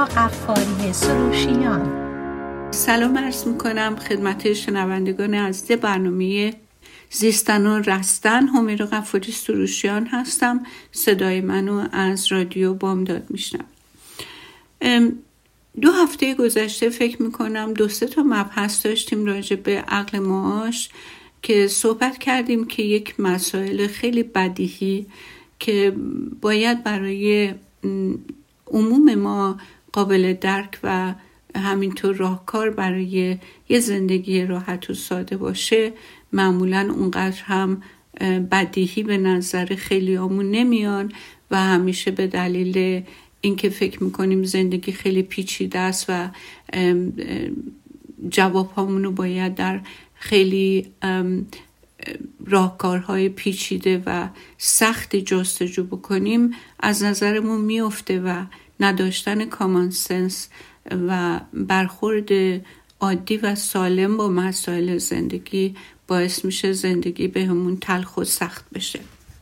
غفاری سروشیان. سلام عرض میکنم خدمت شنوندگان عزیز برنامه زیستن و رستن. همیرا غفاری سروشیان هستم. صدای منو از رادیو بامداد میشنم. 2 هفته گذشته فکر میکنم 2-3 مبحث داشتیم راجع به عقل معاش که صحبت کردیم که یک مسائل خیلی بدیهی که باید برای عموم ما قابل درک و همینطور راهکار برای یه زندگی راحت و ساده باشه معمولاً اونقدر هم بدیهی به نظر خیلیامون نمیان و همیشه به دلیل اینکه فکر میکنیم زندگی خیلی پیچیده است و جوابهامونو باید در خیلی راهکارهای پیچیده و سخت جستجو بکنیم از نظرمون میفته و نداشتن کامان سنس و برخورد عادی و سالم با مسائل زندگی باعث میشه زندگی بهمون تلخ و سخت بشه.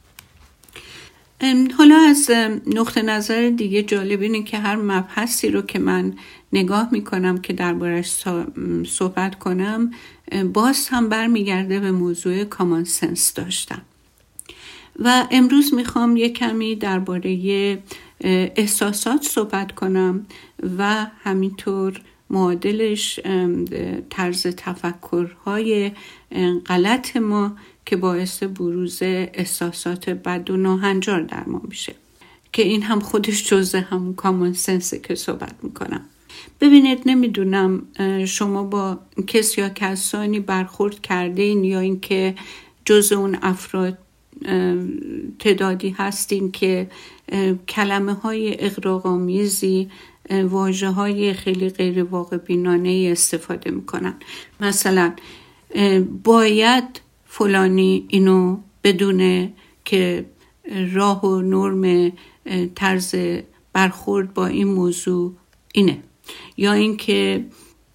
حالا از نقطه نظر دیگه جالب اینه که هر مبحثی رو که من نگاه میکنم که دربارش صحبت کنم باز هم برمیگرده به موضوع کامان سنس داشتن. و امروز میخوام یک کمی درباره احساسات صحبت کنم و همینطور معادلش طرز تفکرهای غلط ما که باعث بروز احساسات بد و ناهنجار در ما میشه که این هم خودش جزء همون کامن سنسه که صحبت میکنم. ببینید نمیدونم شما با کس یا کسانی برخورد کردین یا اینکه جزء اون افراد تعدادی هستین که کلمه های اغراق‌آمیزی واژه های خیلی غیر واقع بینانه استفاده میکنن. مثلا باید فلانی اینو بدونه که راه و نرم طرز برخورد با این موضوع اینه، یا اینکه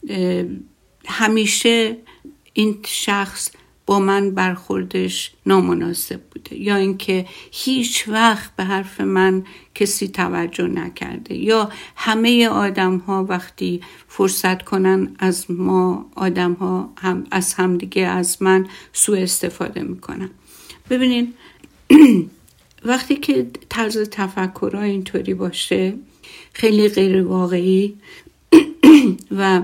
همیشه این شخص با من برخوردش نامناسب بوده، یا اینکه هیچ وقت به حرف من کسی توجه نکرده، یا همه آدم ها وقتی فرصت کنن از ما آدم ها هم از همدیگه از من سوء استفاده میکنن. ببینین وقتی که طرز تفکرها اینطوری باشه خیلی غیر واقعی و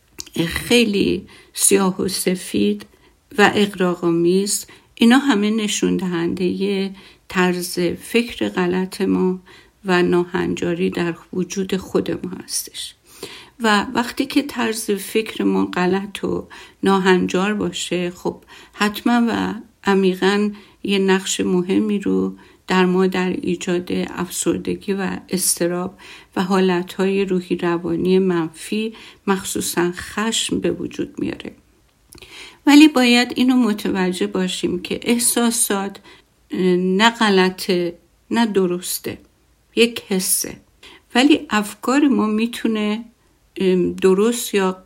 خیلی سیاه و سفید و اغراق‌آمیز، اینا همه نشون دهنده طرز فکر غلط ما و ناهنجاری در وجود خود ما هستش. و وقتی که طرز فکر ما غلط و ناهنجار باشه خب حتما و عمیقاً یه نقش مهمی رو در ما در ایجاد افسردگی و اضطراب و حالتهای روحی روانی منفی مخصوصاً خشم به وجود میاره. ولی باید اینو متوجه باشیم که احساسات نه غلطه نه درسته، یک حسه، ولی افکار ما میتونه درست یا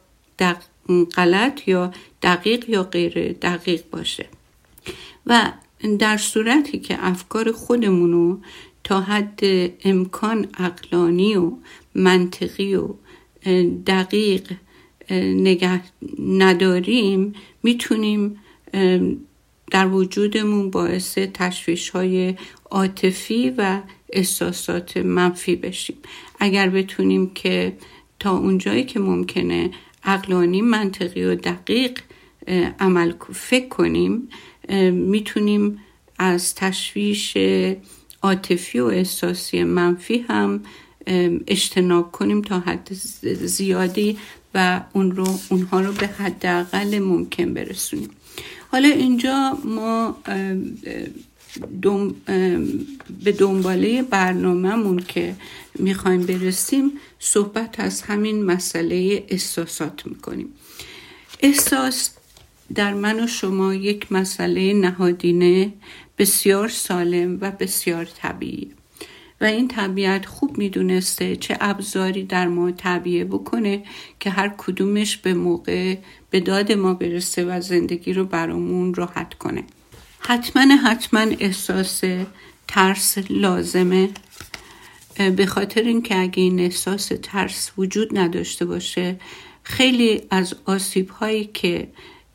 غلط یا دقیق یا غیر دقیق باشه. و در صورتی که افکار خودمونو تا حد امکان عقلانی و منطقی و دقیق نگه نداریم میتونیم در وجودمون باعث تشویش‌های عاطفی و احساسات منفی بشیم. اگر بتونیم که تا اونجایی که ممکنه عقلانی، منطقی و دقیق فکر کنیم میتونیم از تشویش عاطفی و احساسی منفی هم اجتناب کنیم تا حد زیادی و اونها رو به حداقل ممکن برسونیم. حالا اینجا ما به دنباله برنامه‌مون که میخوایم برسیم صحبت از همین مسئله احساسات میکنیم. احساس در من و شما یک مسئله نهادینه بسیار سالم و بسیار طبیعی و این طبیعت خوب میدونسته چه ابزاری در ما تعبیه بکنه که هر کدومش به موقع به داد ما برسه و زندگی رو برامون راحت کنه. حتما احساس ترس لازمه به خاطر اینکه اگه این احساس ترس وجود نداشته باشه، خیلی از آسیب هایی که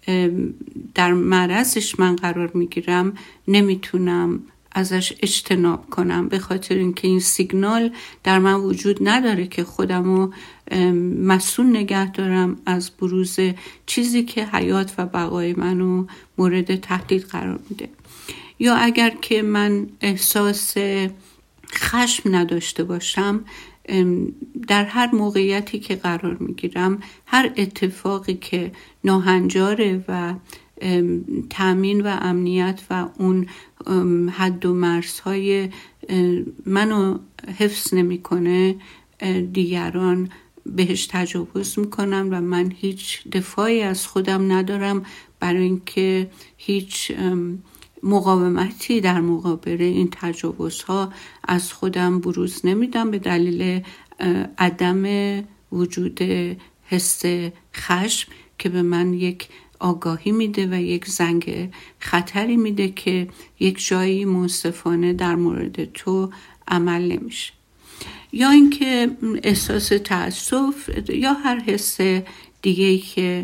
در معرضش من قرار میگیرم نمیتونم ازش اجتناب کنم، به خاطر اینکه این سیگنال در من وجود نداره که خودمو مسئول نگه دارم از بروز چیزی که حیات و بقای منو مورد تهدید قرار میده. یا اگر که من احساس خشم نداشته باشم، در هر موقعیتی که قرار میگیرم، هر اتفاقی که ناهنجاره و تأمین و امنیت و اون حد و مرزهای منو حفظ نمیکنه، دیگران بهش تجاوز میکنن و من هیچ دفاعی از خودم ندارم، برای اینکه هیچ مقاومتی در مقابل این تجاوزها از خودم بروز نمیدم، به دلیل عدم وجود حس خشم که به من یک آگاهی میده و یک زنگ خطری میده که یک جایی منصفانه در مورد تو عمل نمیشه. یا اینکه احساس تأسف یا هر حس دیگه‌ای که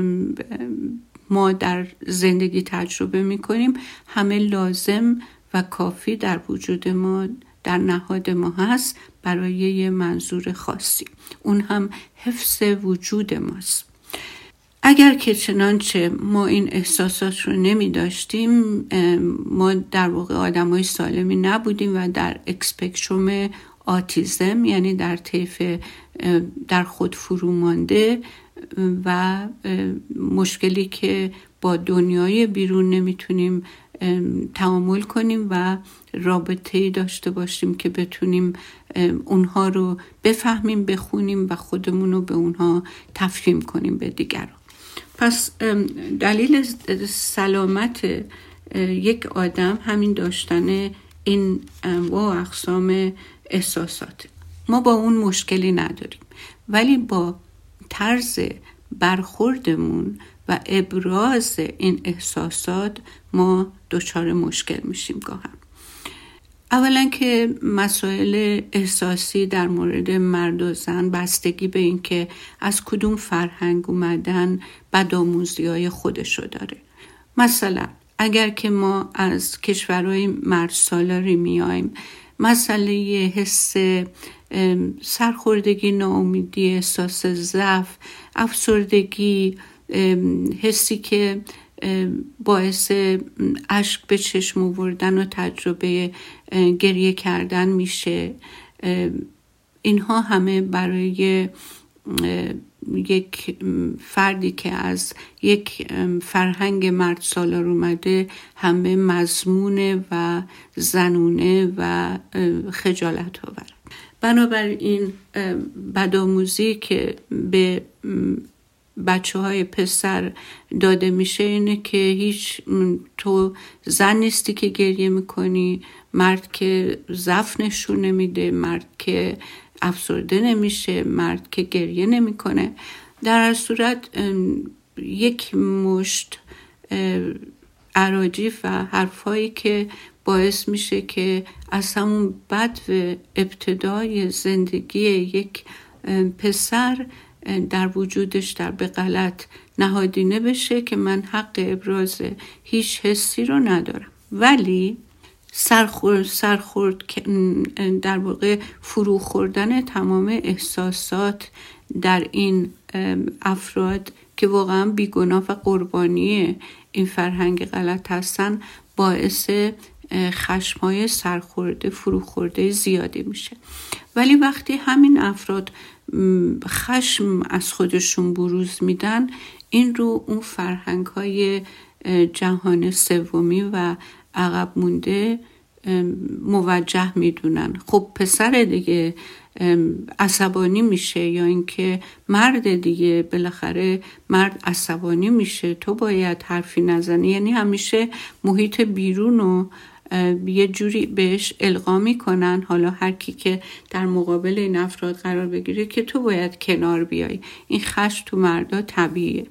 ما در زندگی تجربه میکنیم، همه لازم و کافی در وجود ما، در نهاد ما هست برای یه منظور خاصی، اون هم حفظ وجود ماست. اگر که چنانچه ما این احساسات رو نمی داشتیم، ما در واقع آدمای سالمی نبودیم و در اسپکتروم آتیزم، یعنی در طیف در خود فرو مانده و مشکلی که با دنیای بیرون نمیتونیم تعامل کنیم و رابطه‌ای داشته باشیم که بتونیم اونها رو بفهمیم، بخونیم و خودمون رو به اونها تفهیم کنیم به دیگران. پس دلیل سلامت یک آدم همین داشتن این انواع و اقسام احساسات. ما با اون مشکلی نداریم، ولی با طرز برخوردمون و ابراز این احساسات ما دچار مشکل میشیم گاهن. اولا که مسائل احساسی در مورد مرد و زن بستگی به این که از کدوم فرهنگ اومدن بدآموزی‌های خودشو داره. مثلا اگر که ما از کشورهای مرد سالاری میایم، مسئله حس سرخوردگی، ناامیدی، احساس ضعف، افسردگی، حسی که باعث اشک به چشم آوردن و تجربه گریه کردن میشه، اینها همه برای یک فردی که از یک فرهنگ مرد سالار اومده همه مضمونه و زنونه و خجالت آور. بنابراین بدآموزی که به بچه های پسر داده میشه اینه که هیچ تو زن نیستی که گریه میکنی، مرد که ضعف نشون نمیده، مرد که افسرده نمیشه، مرد که گریه نمیکنه. در هر صورت یک مشت اراجیف و حرفایی که باعث میشه که از همون بدو ابتدای زندگی یک پسر در وجودش در به غلط نهادینه بشه که من حق ابراز هیچ حسی رو ندارم. ولی سرخورد در واقع فرو خوردن تمام احساسات در این افراد که واقعا بیگناه و قربانی این فرهنگ غلط هستن، باعث خشم‌های سرخورده فروخورده زیادی میشه. ولی وقتی همین افراد خشم از خودشون بروز میدن، این رو اون فرهنگ‌های جهان سومی و عقب مونده موجه میدونن. خب پسر دیگه عصبانی میشه، یا اینکه مرد دیگه بالاخره مرد عصبانی میشه، تو باید حرفی نزنی. یعنی همیشه محیط بیرون رو یه جوری بهش القا میکنن، حالا هر کی که در مقابل این افراد قرار بگیره، که تو باید کنار بیای. این خشم تو مردا طبیعیه،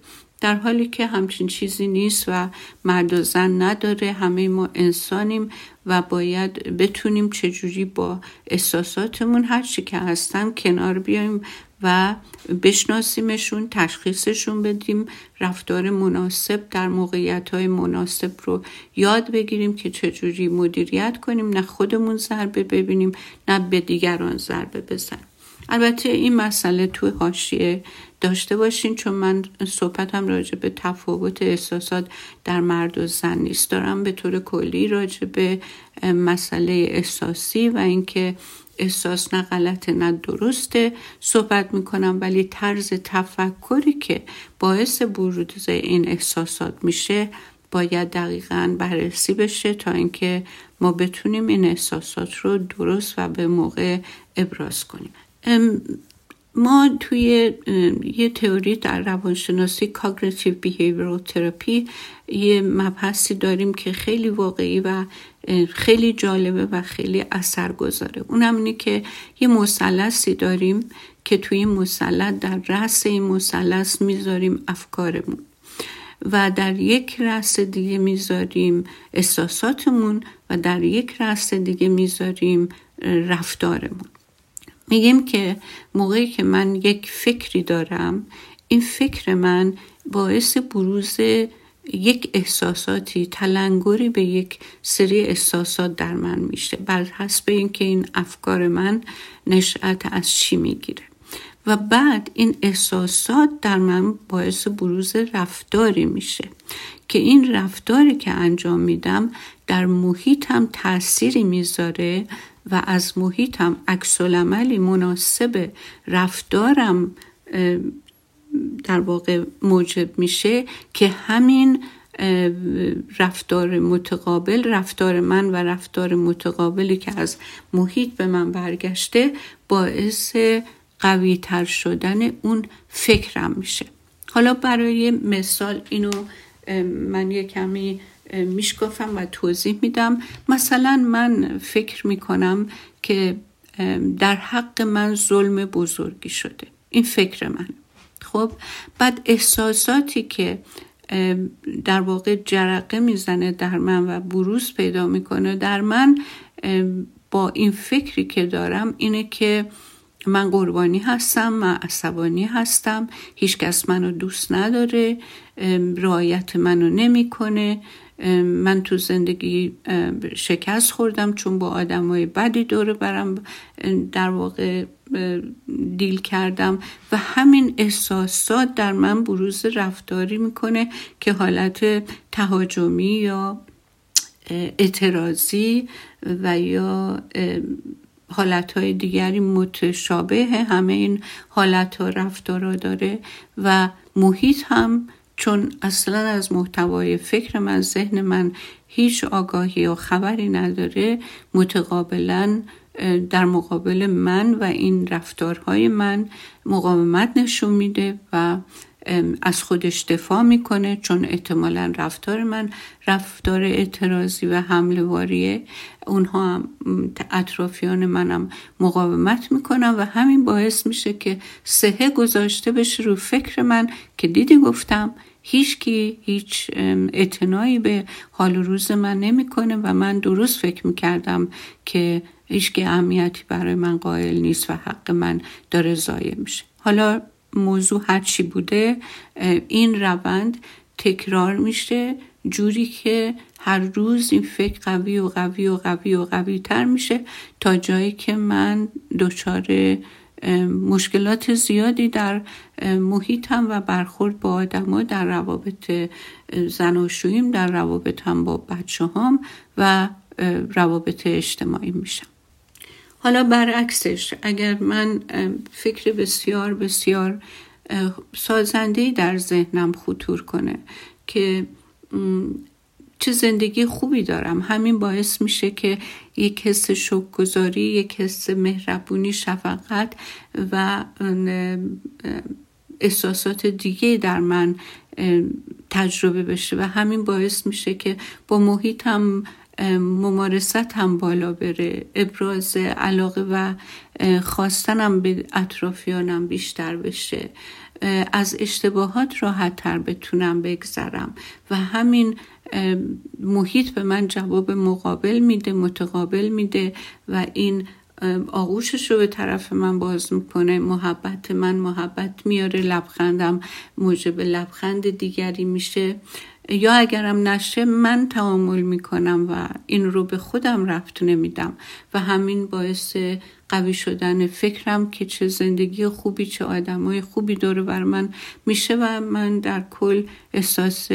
در حالی که همچین چیزی نیست و مرد و زن نداره. همه ما انسانیم و باید بتونیم چجوری با احساساتمون هر چی که هستن کنار بیایم و بشناسیمشون، تشخیصشون بدیم، رفتار مناسب در موقعیت‌های مناسب رو یاد بگیریم که چجوری مدیریت کنیم، نه خودمون ضربه ببینیم نه به دیگران ضربه بزنیم. البته این مسئله توی حاشیه داشته باشین، چون من صحبتم راجع به تفاوت احساسات در مرد و زن نیست. دارم به طور کلی راجع به مسئله احساسی و اینکه احساس نه غلطه نه درسته صحبت میکنم، ولی طرز تفکری که باعث بروز این احساسات میشه باید دقیقاً بررسی بشه تا اینکه ما بتونیم این احساسات رو درست و به موقع ابراز کنیم. ما توی یه تئوری در روانشناسی Cognitive Behavioral Therapy یه مبحثی داریم که خیلی واقعی و خیلی جالبه و خیلی اثرگذاره. اونم اینه که یه مثلثی داریم که توی این مثلث، در رأس این مثلث میذاریم افکارمون و در یک رأس دیگه میذاریم احساساتمون و در یک رأس دیگه میذاریم رفتارمون. میگیم که موقعی که من یک فکری دارم، این فکر من باعث بروز یک احساساتی، تلنگری به یک سری احساسات در من میشه، بر حسب اینکه این افکار من نشأت از چی میگیره و بعد این احساسات در من باعث بروز رفتاری میشه که این رفتاری که انجام میدم در محیطم تأثیری میذاره و از محیطم عکس‌العملی مناسب رفتارم در واقع موجب میشه که همین رفتار متقابل، رفتار من و رفتار متقابلی که از محیط به من برگشته باعث قوی تر شدن اون فکرم میشه. حالا برای مثال اینو من یه کمی میشکافم و توضیح میدم. مثلا من فکر میکنم که در حق من ظلم بزرگی شده، این فکر من. خب بعد احساساتی که در واقع جرقه میزنه در من و بروز پیدا میکنه در من با این فکری که دارم اینه که من قربانی هستم، من عصبانی هستم، هیچ کس منو دوست نداره، رعایت منو نمیکنه، من تو زندگی شکست خوردم چون با آدمای بدی دور برم در واقع دیل کردم و همین احساسات در من بروز رفتاری میکنه که حالت تهاجمی یا اعتراضی و یا حالتهای دیگری متشابه همه این حالتها رفتارها داره و محیط هم چون اصلا از محتوای فکر من، ذهن من هیچ آگاهی یا خبری نداره، متقابلا در مقابل من و این رفتارهای من مقاومت نشون میده و از خودش دفاع میکنه، چون احتمالاً رفتار من رفتار اعتراضی و حمله واریه، اونها هم اطرافیان منم مقاومت میکنن و همین باعث میشه که سهه گذاشته بشه رو فکر من که دیدی گفتم هیچ اعتنایی به حال روز من نمیکنه و من درست فکر میکردم که هیچ اهمیتی برای من قائل نیست و حق من داره ضایع میشه. حالا موضوع هر چی بوده این روند تکرار میشه جوری که هر روز این فکر قوی و قوی و قوی و قوی تر میشه تا جایی که من دچار مشکلات زیادی در محیطم و برخورد با آدم‌ها در روابط زناشوییم، در روابطم با بچه‌هام و روابط اجتماعی میشم. حالا برعکسش اگر من فکر بسیار بسیار سازنده‌ای در ذهنم خطور کنه که چه زندگی خوبی دارم، همین باعث میشه که یک حس شکرگزاری، یک حس مهربونی، شفقت و احساسات دیگه در من تجربه بشه و همین باعث میشه که با محیطم ممارست هم بالا بره، ابراز علاقه و خواستنم به اطرافیانم بیشتر بشه از اشتباهات راحت تر بتونم بگذرم و همین محیط به من جواب متقابل میده و این آغوشش رو به طرف من باز میکنه. محبت میاره، لبخندم موجب لبخند دیگری میشه، یا اگرم نشه من تعامل میکنم و این رو به خودم ربط نمیدم و همین باعث قوی شدن فکرم که چه زندگی خوبی، چه آدمای خوبی دور بر من میشه و من در کل احساس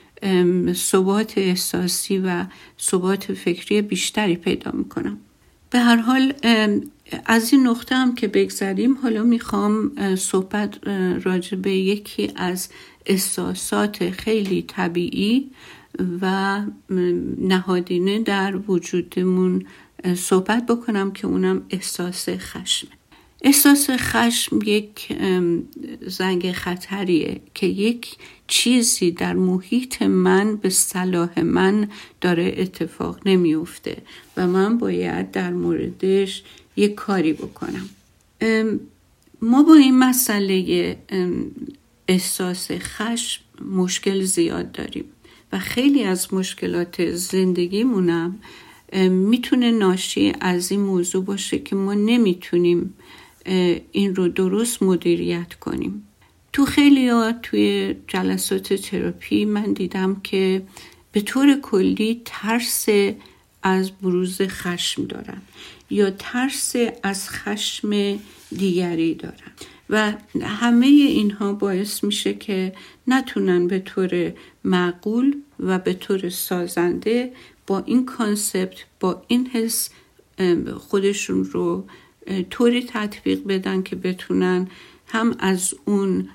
ثبات احساسی و ثبات فکری بیشتری پیدا میکنم. به هر حال از این نقطه هم که بگذریم، حالا میخوام صحبت راجع به یکی از احساسات خیلی طبیعی و نهادینه در وجودمون صحبت بکنم که اونم احساس خشم. احساس خشم یک زنگ خطریه که یک چیزی در محیط من به صلاح من داره اتفاق نمیفته و من باید در موردش یک کاری بکنم. ما با این مسئله احساس خشم مشکل زیاد داریم و خیلی از مشکلات زندگیمونم میتونه ناشی از این موضوع باشه که ما نمیتونیم این رو درست مدیریت کنیم. توی جلسات تراپی من دیدم که به طور کلی ترس از بروز خشم دارن یا ترس از خشم دیگری دارن و همه اینها باعث میشه که نتونن به طور معقول و به طور سازنده با این کانسپت، با این حس خودشون رو طوری تطبیق بدن که بتونن هم از اون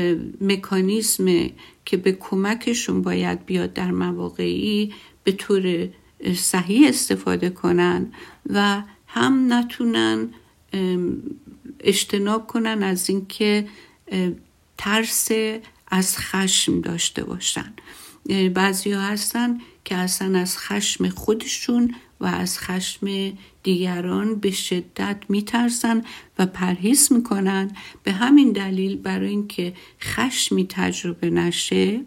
مکانیزم که به کمکشون باید بیاد در مواقعی به طور صحیح استفاده کنن و هم نتونن اجتناب کنن از این که ترس از خشم داشته باشن. بعضی ها هستن که اصلا از خشم خودشون و از خشم دیگران به شدت میترسن و پرهیز میکنن. به همین دلیل برای اینکه خشمی تجربه نشه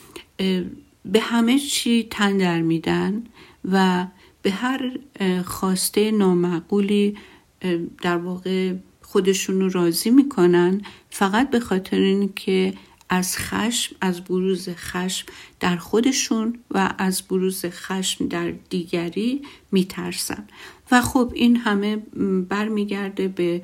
به همه چی تن در میدن و به هر خواسته نامعقولی در واقع خودشون رو راضی میکنن، فقط به خاطر اینکه از خشم، از بروز خشم در خودشون و از بروز خشم در دیگری میترسن. و خب این همه برمیگرده به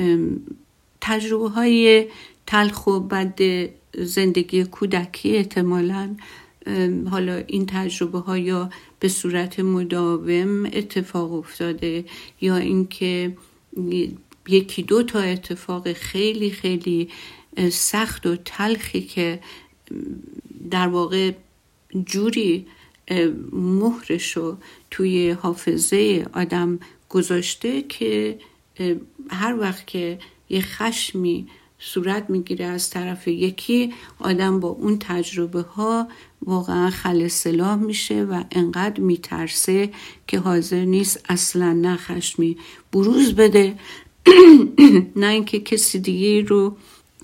تجربه های تلخ و بد زندگی کودکی احتمالاً. حالا این تجربه ها یا به صورت مداوم اتفاق افتاده یا اینکه یکی دو تا اتفاق خیلی خیلی سخت و تلخی که در واقع جوری مهرشو توی حافظه آدم گذاشته که هر وقت که یه خشمی صورت میگیره از طرف یکی، آدم با اون تجربه ها واقعا خل سلاح میشه و انقدر میترسه که حاضر نیست اصلا نه خشمی بروز بده نه اینکه کسی دیگه رو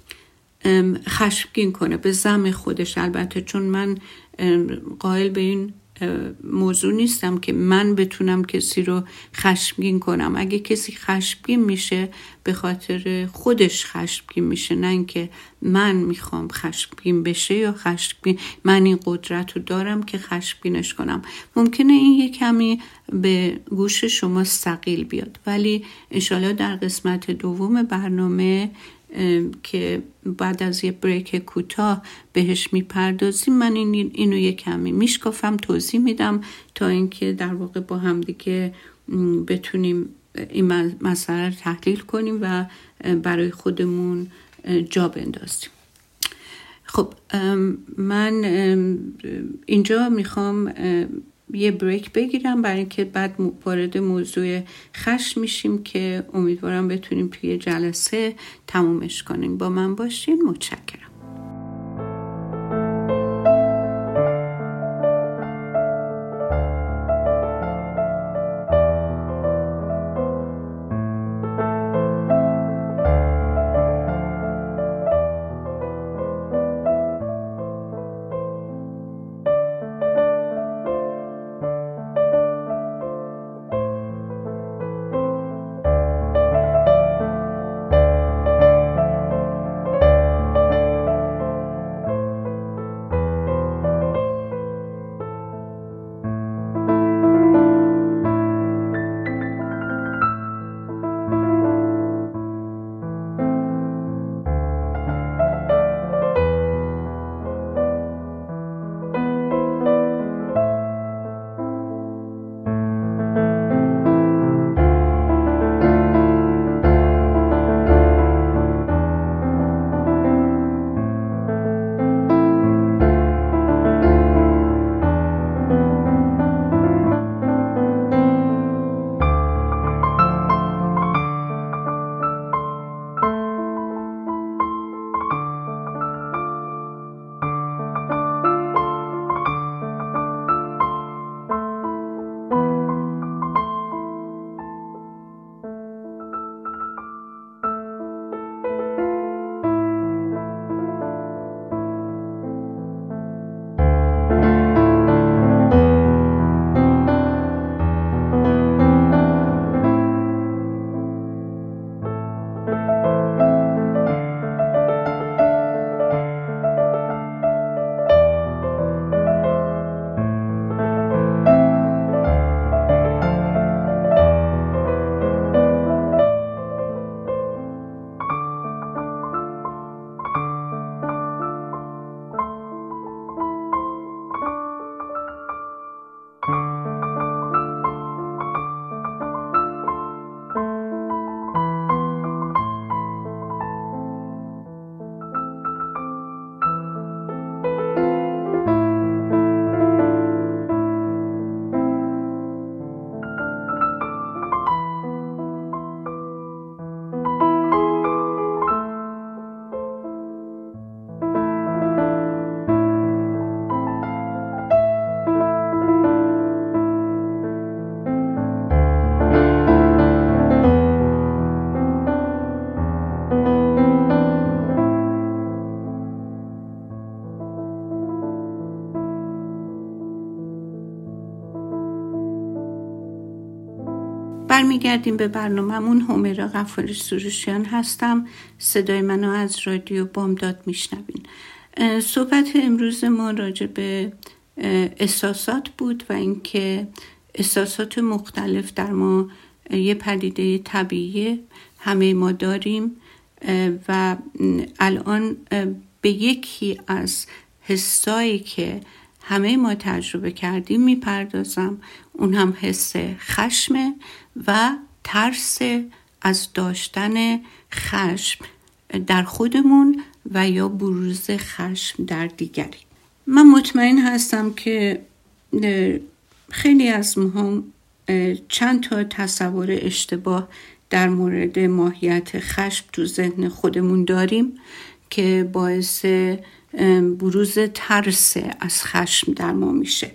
خشمگین کنه به ذم خودش. البته چون من قائل به این موضوع نیستم که من بتونم کسی رو خشمگین کنم. اگه کسی خشمگین میشه به خاطر خودش خشمگین میشه، نه اینکه من میخوام خشمگین بشه یا خشمگین من این قدرت رو دارم که خشمگینش کنم. ممکنه این یک کمی به گوش شما ثقیل بیاد، ولی انشالله در قسمت دوم برنامه که بعد از یه بریک کوتاه بهش میپردازیم من اینو یه کمی میشکافم، توضیح میدم تا اینکه در واقع با هم دیگه بتونیم این مسئله رو تحلیل کنیم و برای خودمون جا بندازیم. خب من اینجا میخوام یه بریک بگیرم برای اینکه بعد وارد موضوع خشم میشیم که امیدوارم بتونیم توی جلسه تمومش کنیم. با من باشین. متشکرم. برمیگردیم به برنامه‌مون. همیرا غفاری سروشیان هستم. صدای منو از رادیو بامداد میشنوین. صحبت امروز ما راجع به احساسات بود و اینکه احساسات مختلف در ما یه پدیده طبیعیه، همه ما داریم و الان به یکی از حسایی که همه ما تجربه کردیم میپردازم. اون هم حس خشم و ترس از داشتن خشم در خودمون و یا بروز خشم در دیگری. من مطمئن هستم که خیلی از ما چند تا تصور اشتباه در مورد ماهیت خشم تو ذهن خودمون داریم که باعث بروز ترس از خشم در ما میشه.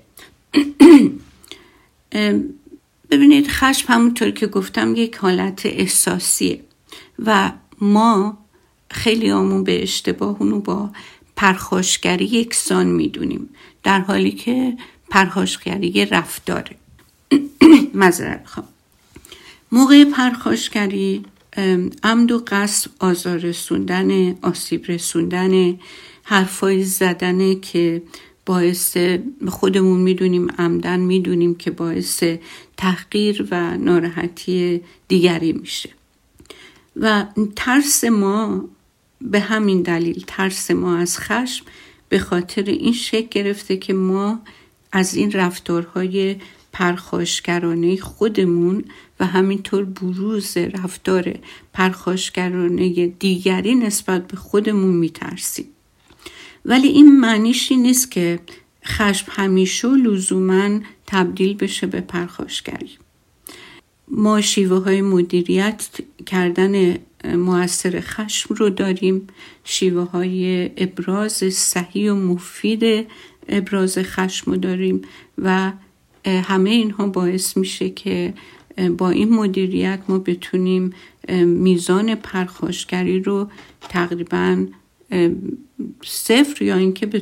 ببینید، خشم همونطور که گفتم یک حالت احساسیه و ما خیلی همون به اشتباه اونو با پرخاشگری یکسان میدونیم، در حالی که پرخاشگری رفتاره. معذرت میخوام. موقع پرخاشگری عمد و قصد آزار رسوندن، آسیب رسوندن، حرفای زدنه که باعث، خودمون میدونیم عمدن میدونیم که باعث تحقیر و ناراحتی دیگری میشه. و ترس ما به همین دلیل، ترس ما از خشم به خاطر این شکل گرفته که ما از این رفتارهای پرخاشگرانه خودمون و همینطور بروز رفتار پرخاشگرانه دیگری نسبت به خودمون میترسیم. ولی این معنیش این نیست که خشم همیشه لزوماً تبدیل بشه به پرخاشگری. ما شیوه های مدیریت کردن مؤثر خشم رو داریم، شیوه های ابراز صحیح و مفید ابراز خشم رو داریم و همه اینها باعث میشه که با این مدیریت ما بتونیم میزان پرخاشگری رو تقریباً صفر یا اینکه به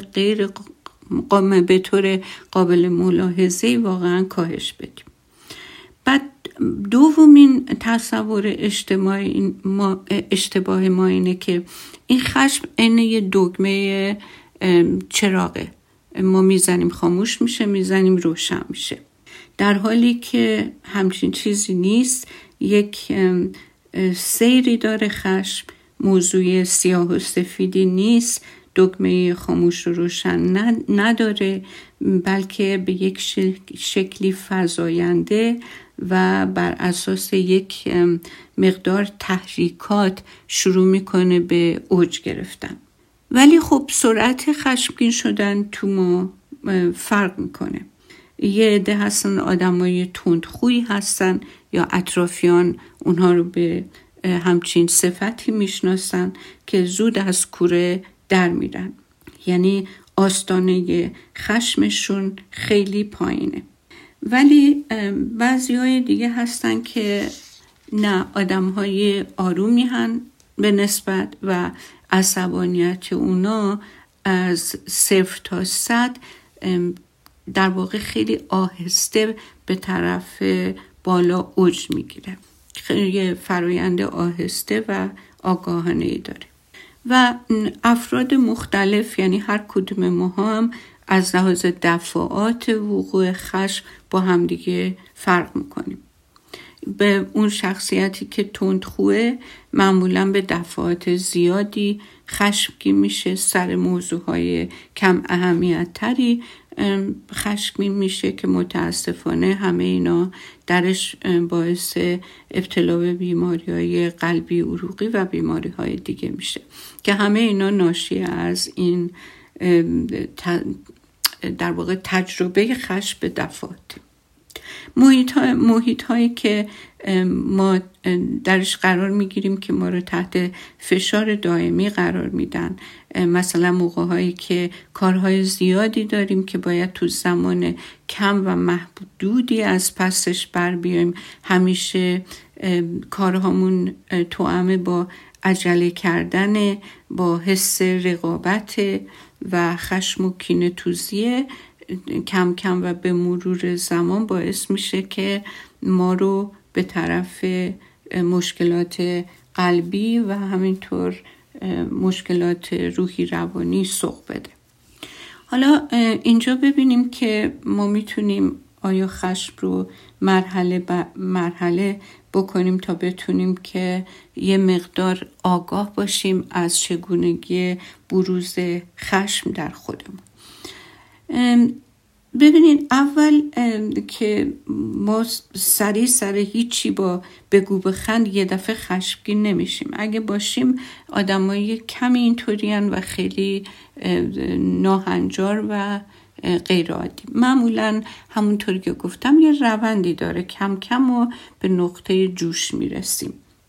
طور قابل ملاحظه واقعا کاهش بدیم. بعد دومین تصور اشتباه ما اینه که این خشم عین یه دگمه چراغه، ما میزنیم خاموش میشه، میزنیم روشن میشه، در حالی که همچین چیزی نیست. یک سیری داره خشم، موضوع سیاه و سفیدی نیست، دگمه خاموش و روشن نداره، بلکه به یک شکلی فزاینده و بر اساس یک مقدار تحریکات شروع میکنه به اوج گرفتن. ولی خب سرعت خشمگین شدن تو ما فرق میکنه. یه عده هستن آدمای تندخویی هستن یا اطرافیان اونها رو به همچین صفتی میشناسن که زود از کوره در میرن، یعنی آستانه خشمشون خیلی پایینه. ولی بعضیای دیگه هستن که نه، آدمهای آرومی هن به نسبت و عصبانیت اونا از 0 تا 100 در واقع خیلی آهسته به طرف بالا اوج میگیره. خیلی فرایند آهسته و آگاهانه‌ای داره و افراد مختلف، یعنی هر کدوم ما هم از لحاظ دفعات وقوع خشم با همدیگه فرق میکنیم. به اون شخصیتی که تندخوه معمولاً به دفعات زیادی خشمگین میشه، سر موضوعهای کم اهمیت تری خشمگین میشه که متاسفانه همه اینا درش باعث ابتلا به بیماری‌های قلبی، عروقی و بیماری‌های دیگه میشه که همه اینا ناشی از این در واقع تجربه خشم به دفعات. محیط هایی که ما درش قرار میگیریم که ما رو تحت فشار دائمی قرار میدن، مثلا موقع هایی که کارهای زیادی داریم که باید تو زمان کم و محدودی از پسش بر بیایم، همیشه کارهامون توأم با عجله کردن، با حس رقابت و خشم و کینه توزیه، کم کم و به مرور زمان باعث میشه که ما رو به طرف مشکلات قلبی و همینطور مشکلات روحی روانی سوق بده. حالا اینجا ببینیم که ما میتونیم آیا خشم رو مرحله به مرحله بکنیم تا بتونیم که یه مقدار آگاه باشیم از چگونگی بروز خشم در خودمون. ببینید اول که ما سر هیچی با بگو بخند یه دفعه خشمگین نمیشیم. اگه باشیم آدمای کمی اینطورین و خیلی ناهنجار و غیر عادی. معمولا همونطوری که گفتم یه روندی داره، کم کم و به نقطه جوش میرسیم.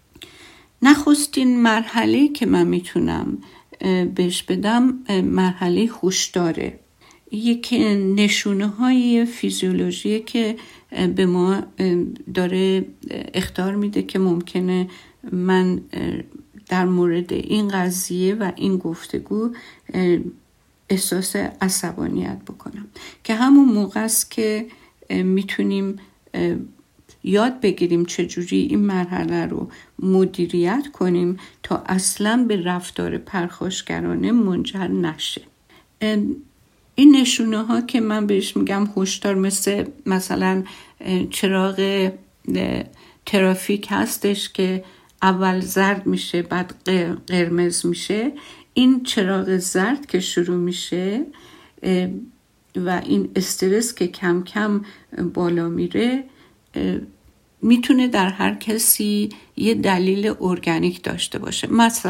نخستین مرحله که من میتونم بهش بدم مرحله هوشداره. یکی نشونه های فیزیولوژی که به ما داره اخطار میده که ممکنه من در مورد این قضیه و این گفتگو احساس عصبانیت بکنم، که همون موقع است که میتونیم یاد بگیریم چجوری این مرحله رو مدیریت کنیم تا اصلا به رفتار پرخاشگرانه منجر نشه. این نشونه ها که من بهش میگم هوشدار، مثلا چراغ ترافیک هستش که اول زرد میشه بعد قرمز میشه. این چراغ زرد که شروع میشه و این استرس که کم کم بالا میره میتونه در هر کسی یه دلیل ارگانیک داشته باشه.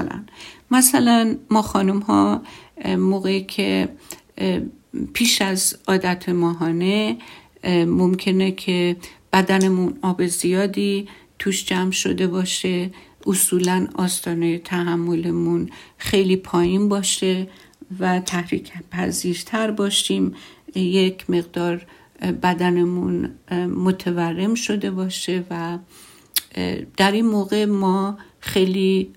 مثلا ما خانم ها موقعی که پیش از عادت ماهانه ممکنه که بدنمون آب زیادی توش جمع شده باشه، اصولاً آستانه تحملمون خیلی پایین باشه و تحریک پذیرتر باشیم، یک مقدار بدنمون متورم شده باشه و در این موقع ما خیلی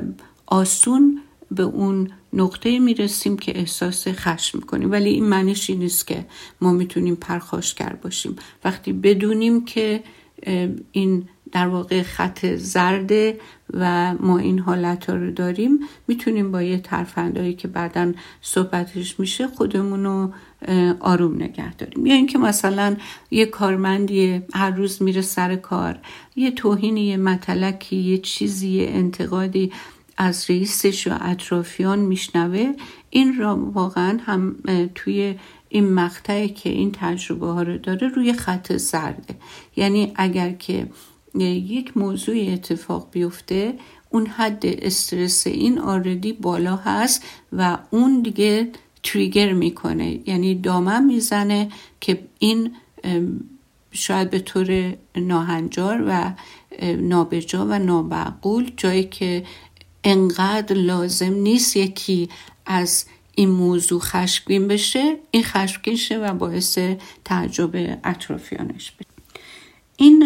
آسون به اون نقطه میرسیم که احساس خشم میکنیم. ولی این معنیش این نیست که ما میتونیم پرخاشگر باشیم. وقتی بدونیم که این در واقع خط زرده و ما این حالت رو داریم، میتونیم با یه ترفندهایی که بعداً صحبتش میشه خودمون رو آروم نگه داریم. یا اینکه مثلا یه کارمندی هر روز میره سر کار، یه توهینی، یه متلکی، یه چیزی، یه انتقادی از رئیسش و اطرافیان میشنوه، این را واقعا هم توی این مقطعی که این تجربه ها رو داره روی خط زرده. یعنی اگر که یک موضوع اتفاق بیفته، اون حد استرس این آردی بالا هست و اون دیگه تریگر میکنه، یعنی دامن میزنه که این شاید به طور ناهنجار و نابجا و نامعقول، جایی که انقدر لازم نیست یکی از این موضوع خشمگین بشه، این خشمگین شه و باعث تعجب اطرافیانش بشه. این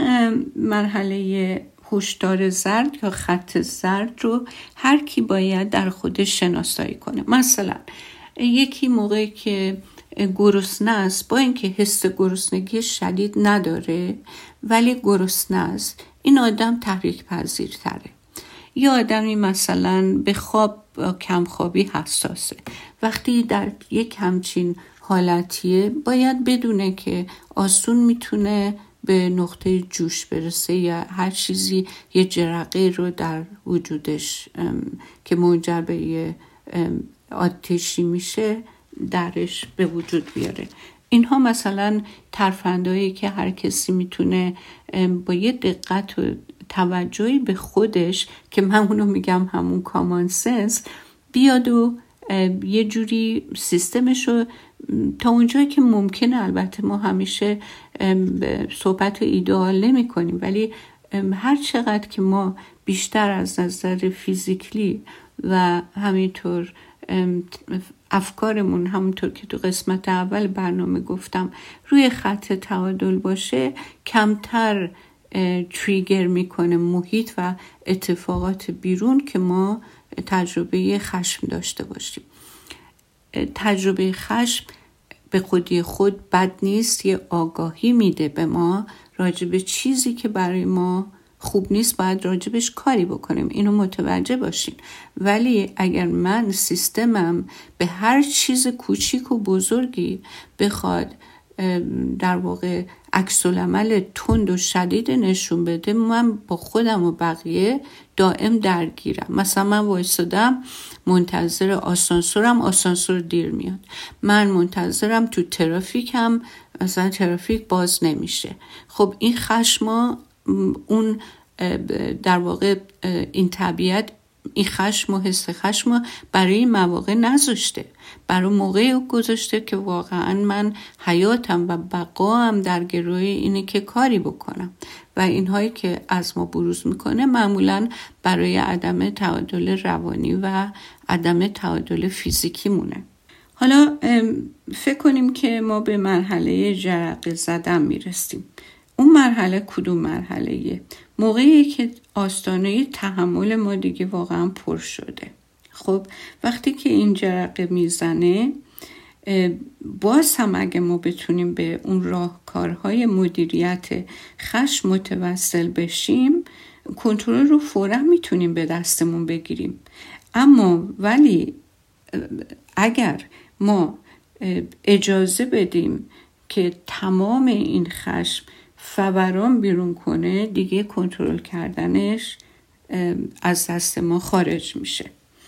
مرحله هوشدار زرد یا خط زرد رو هر کی باید در خودش شناسایی کنه. مثلا یکی موقعی که گرسنه است، با اینکه حس گرسنگی شدید نداره ولی گرسنه است، این آدم تحریک پذیرتره. یا آدمی مثلا به خواب کمخوابی حساسه، وقتی در یک همچین حالتیه باید بدونه که آسون میتونه به نقطه جوش برسه یا هر چیزی یه جرقه رو در وجودش که منجر به یه آتشی میشه درش به وجود بیاره. اینها مثلا ترفندهایی که هر کسی میتونه با یه دقت و توجهی به خودش، که من اونو میگم همون کامان سنس، بیاد و یه جوری سیستمشو تا اونجایی که ممکنه، البته ما همیشه صحبت ایدئال نمی کنیم، ولی هر چقدر که ما بیشتر از نظر فیزیکلی و همینطور افکارمون، همونطور که تو قسمت اول برنامه گفتم، روی خط تعادل باشه، کمتر تریگر میکنه محیط و اتفاقات بیرون که ما تجربه خشم داشته باشیم. تجربه خشم به خودی خود بد نیست، یه آگاهی میده به ما راجب چیزی که برای ما خوب نیست باید راجبش کاری بکنیم، اینو متوجه باشین. ولی اگر من سیستمم به هر چیز کوچیک و بزرگی بخواد در واقع عکس‌العمل تند و شدید نشون بده، من با خودم و بقیه دائم درگیرم. مثلا من وایسادم منتظر آسانسورم، آسانسور دیر میاد. من منتظرم تو ترافیکم، مثلا ترافیک باز نمیشه. خب این خشم، اون در واقع این طبیعت، این خشم و حس خشم برای این مواقع نذاشته، برای موقعی گذاشته که واقعا من حیاتم و بقام در گروه اینه که کاری بکنم و اینهایی که از ما بروز میکنه معمولا برای عدم تعادل روانی و عدم تعادل فیزیکی مونه. حالا فکر کنیم که ما به مرحله جرقه زدن میرسیم. اون مرحله کدوم مرحله‌ایه؟ موقعی که آستانه تحمل ما دیگه واقعا پر شده. خب وقتی که این جرقه میزنه، باز هم اگه ما بتونیم به اون راهکارهای مدیریت خشم متوسل بشیم، کنترل رو فوراً میتونیم به دستمون بگیریم. ولی اگر ما اجازه بدیم که تمام این خشم فوران بیرون کنه، دیگه کنترل کردنش از دست ما خارج میشه.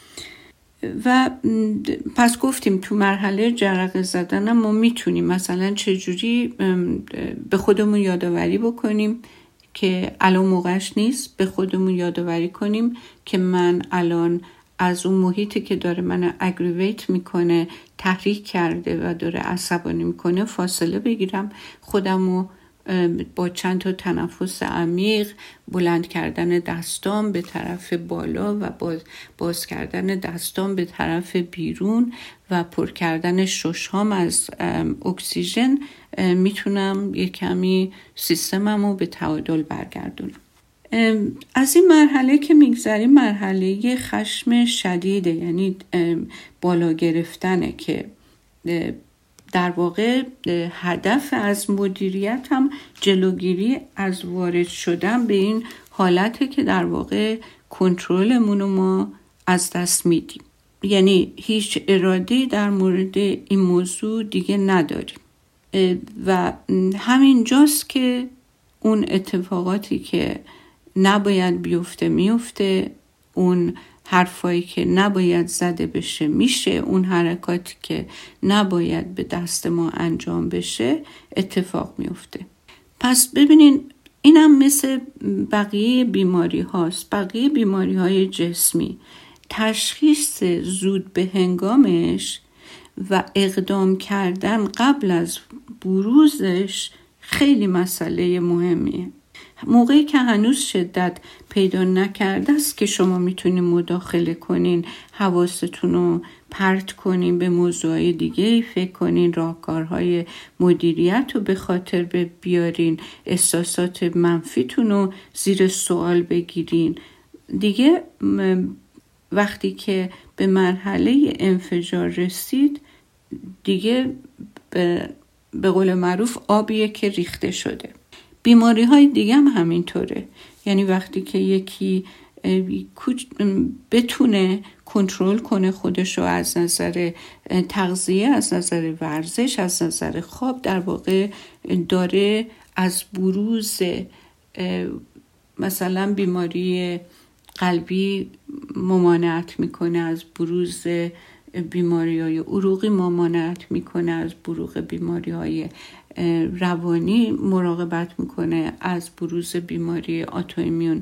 و پس گفتیم تو مرحله جرقه زدن ما میتونیم مثلا چجوری به خودمون یادآوری بکنیم که الان موقعش نیست، به خودمون یادآوری کنیم که من الان از اون محیطی که داره منو اگریویت میکنه، تحریک کرده و داره عصبانی میکنه فاصله بگیرم، خودمو با چند تا تنفس عمیق، بلند کردن دستام به طرف بالا و باز کردن دستام به طرف بیرون و پر کردن ششهام از اکسیژن، میتونم یک کمی سیستممو به تعادل برگردونم. از این مرحله که میگذریم مرحله خشم شدیده، یعنی بالا گرفتنه که در واقع هدف از مدیریت هم جلوگیری از وارد شدن به این حالته که در واقع کنترلمون رو ما از دست میدیم، یعنی هیچ اراده‌ای در مورد این موضوع دیگه نداریم و همین جاست که اون اتفاقاتی که نباید بیفته میفته، اون حرفایی که نباید زده بشه میشه، اون حرکاتی که نباید به دست ما انجام بشه اتفاق میفته. پس ببینین اینم مثل بقیه بیماری هاست، بقیه بیماری های جسمی. تشخیص زود به هنگامش و اقدام کردن قبل از بروزش خیلی مسئله مهمیه. موقعی که هنوز شدت پیدا نکرده است که شما میتونین مداخله کنین، حواستون رو پرت کنین، به موضوعای دیگه فکر کنین، راهکارهای مدیریت رو به خاطر بیارین، احساسات منفیتون رو زیر سوال بگیرین. دیگه وقتی که به مرحله انفجار رسید، دیگه به قول معروف آبیه که ریخته شده. بیماری های دیگه هم همینطوره، یعنی وقتی که یکی بتونه کنترل کنه خودشو از نظر تغذیه، از نظر ورزش، از نظر خواب، در واقع داره از بروز مثلا بیماری قلبی ممانعت میکنه، از بروز بیماری‌های عروقی ممانعت میکنه، از بروز بیماری‌های روانی مراقبت میکنه، از بروز بیماری آتوایمیون،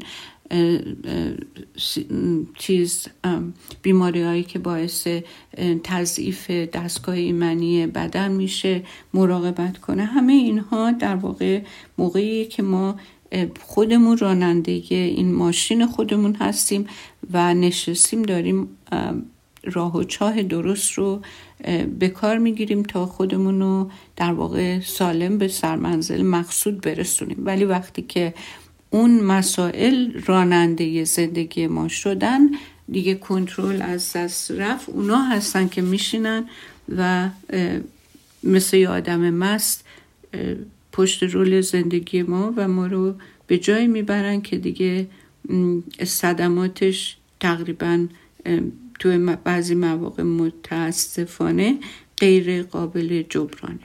بیماری‌هایی که باعث تضعیف دستگاه ایمنی بدن میشه مراقبت کنه. همه اینها در واقع موقعی که ما خودمون راننده این ماشین خودمون هستیم و نشستیم داریم راه و چاه درست رو به کار میگیریم تا خودمون رو در واقع سالم به سرمنزل مقصود برسونیم. ولی وقتی که اون مسائل راننده زندگی ما شدن، دیگه کنترل از دست رفت. اونا هستن که میشینن و مثل یه آدم مست پشت رول زندگی ما و ما رو به جایی میبرن که دیگه صدماتش تقریبا توی بعضی مواقع متاسفانه غیر قابل جبرانه.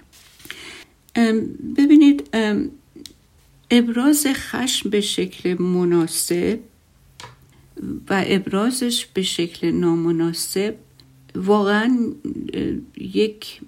ببینید، ابراز خشم به شکل مناسب و ابرازش به شکل نامناسب واقعا یک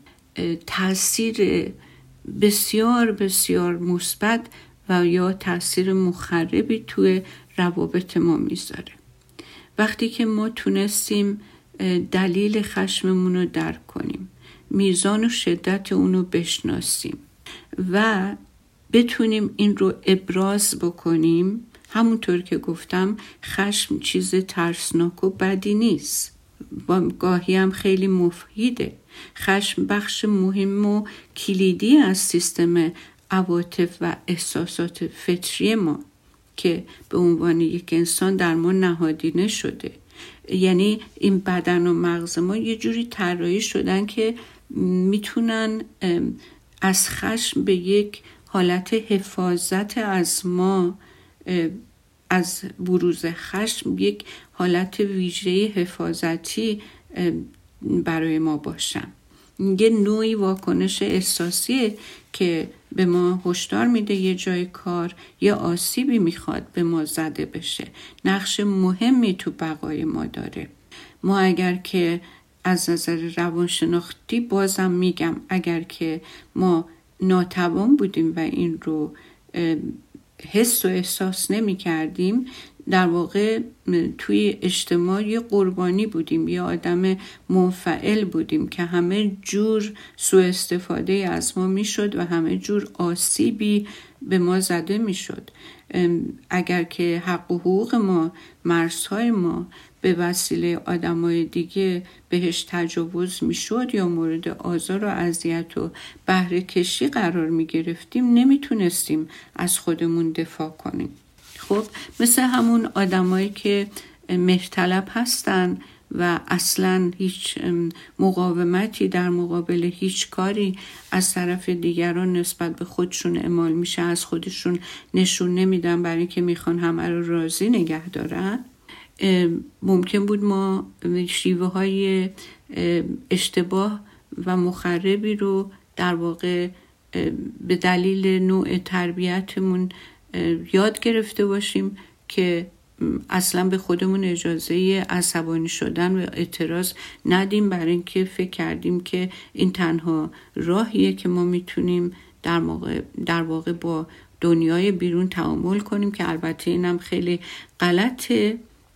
تاثیر بسیار بسیار مثبت و یا تاثیر مخربی توی روابط ما میذاره. وقتی که ما تونستیم دلیل خشممون رو درک کنیم، میزان و شدت اونو بشناسیم و بتونیم این رو ابراز بکنیم، همونطور که گفتم خشم چیز ترسناک و بدی نیست، گاهی هم خیلی مفیده. خشم بخش مهم و کلیدی از سیستم عواطف و احساسات فطری ما که به عنوان یک انسان در ما نهادینه شده. یعنی این بدن و مغز ما یه جوری طراحی شدن که میتونن از خشم به یک حالت حفاظت از ما، از بروز خشم یک حالت ویژه حفاظتی برای ما باشن. یه نوعی واکنش احساسیه که به ما هشدار میده یه جای کار یا آسیبی میخواد به ما زده بشه. نقش مهمی تو بقای ما داره. ما اگر که از نظر روانشناختی، بازم میگم، اگر که ما ناتوان بودیم و این رو حس و احساس نمی کردیم، در واقع توی اجتماع یه قربانی بودیم، یه آدم منفعل بودیم که همه جور سوء استفاده از ما می شد و همه جور آسیبی به ما زده می شد. اگر که حق و حقوق ما، مرزهای ما به وسیله آدمای دیگه بهش تجاوز می شد یا مورد آزار و اذیت و بهره کشی قرار می گرفتیم، نمی تونستیم از خودمون دفاع کنیم. خب مثل همون آدمایی که مهرطلب هستن و اصلا هیچ مقاومتی در مقابل هیچ کاری از طرف دیگران نسبت به خودشون اعمال میشه، از خودشون نشون نمیدن برای اینکه میخوان همه رو راضی نگه دارن. ممکن بود ما شیوه های اشتباه و مخربی رو در واقع به دلیل نوع تربیتمون یاد گرفته باشیم که اصلا به خودمون اجازه عصبانی شدن و اعتراض ندیم، برای اینکه فکر کردیم که این تنها راهیه که ما میتونیم در واقع با دنیای بیرون تعامل کنیم، که البته اینم خیلی غلطه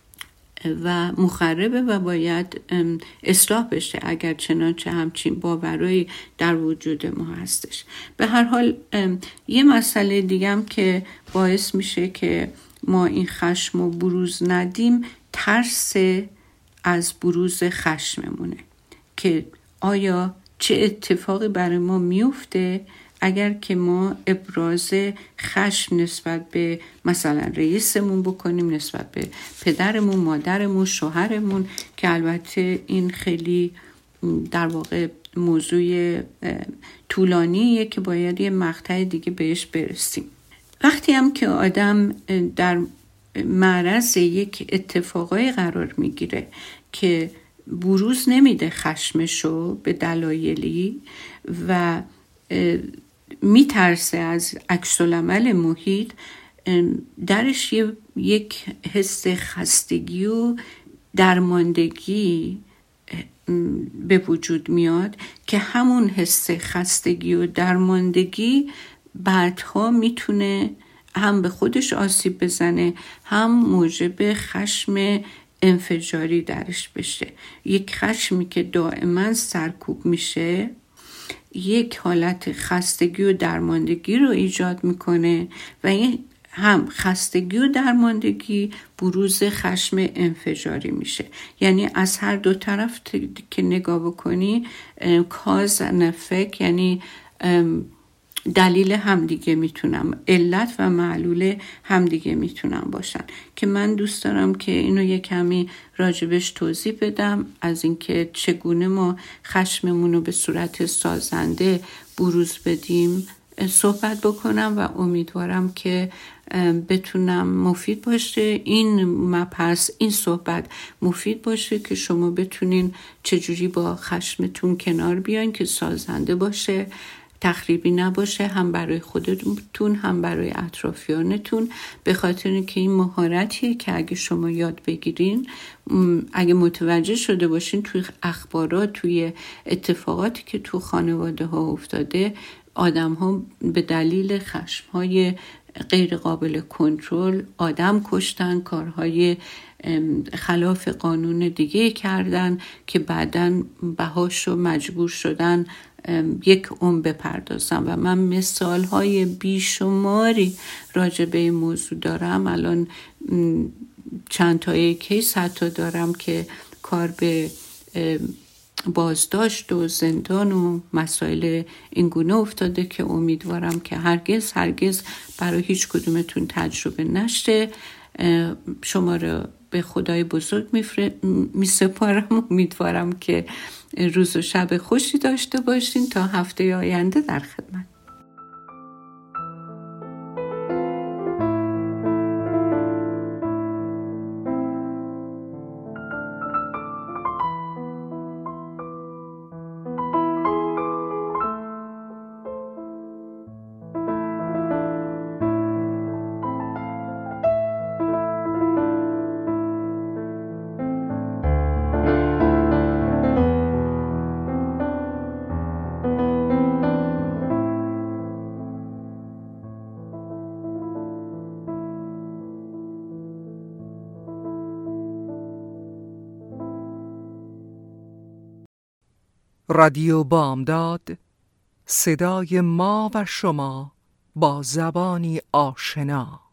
و مخربه و باید اصلاح بشه اگر چنانچه همچین باورایی در وجود ما هستش. به هر حال یه مسئله دیگه هم که باعث میشه که ما این خشم رو بروز ندیم، ترس از بروز خشممونه که آیا چه اتفاقی برای ما میفته اگر که ما ابراز خشم نسبت به مثلا رئیسمون بکنیم، نسبت به پدرمون، مادرمون، شوهرمون، که البته این خیلی در واقع موضوع طولانیه که باید یه مقطع دیگه بهش برسیم. وقتی هم که آدم در معرض یک اتفاقای قرار میگیره که بروز نمیده خشمشو به دلایلی و میترسه از عکس‌العمل محیط، درش یک حس خستگی و درماندگی به وجود میاد که همون حس خستگی و درماندگی بعدها میتونه هم به خودش آسیب بزنه، هم موجب خشم انفجاری درش بشه. یک خشمی که دائما سرکوب میشه یک حالت خستگی و درماندگی رو ایجاد میکنه و این هم خستگی و درماندگی بروز خشم انفجاری میشه. یعنی از هر دو طرف که نگاه بکنی کاز و افکت، یعنی دلیل همدیگه میتونم، علت و معلول همدیگه میتونم باشن، که من دوست دارم که اینو یه کمی راجبش توضیح بدم، از اینکه چگونه ما خشممون رو به صورت سازنده بروز بدیم صحبت بکنم و امیدوارم که بتونم مفید باشه این مبحث، این صحبت مفید باشه که شما بتونین چجوری با خشمتون کنار بیاین که سازنده باشه، تخریبی نباشه، هم برای خودتون هم برای اطرافیانتون، به خاطر اینکه این مهارتیه که اگه شما یاد بگیرین، اگه متوجه شده باشین توی اخبارات، توی اتفاقاتی که تو خانواده ها افتاده، آدم ها به دلیل خشم های غیر قابل کنترل آدم کشتن، کارهای خلاف قانون دیگه کردن که بعداً بهاشو مجبور شدن یک عمر بپردازم. و من مثالهای بیشماری راجع به این موضوع دارم. الان چند تای کیس حتی دارم که کار به بازداشت و زندان و مسائل اینگونه افتاده که امیدوارم که هرگز برای هیچ کدومتون تجربه نشه. شما رو به خدای بزرگ می سپارم. امیدوارم که روز و شب خوشی داشته باشین. تا هفته آینده در خدمت. رادیو بامداد، صدای ما و شما با زبانی آشنا.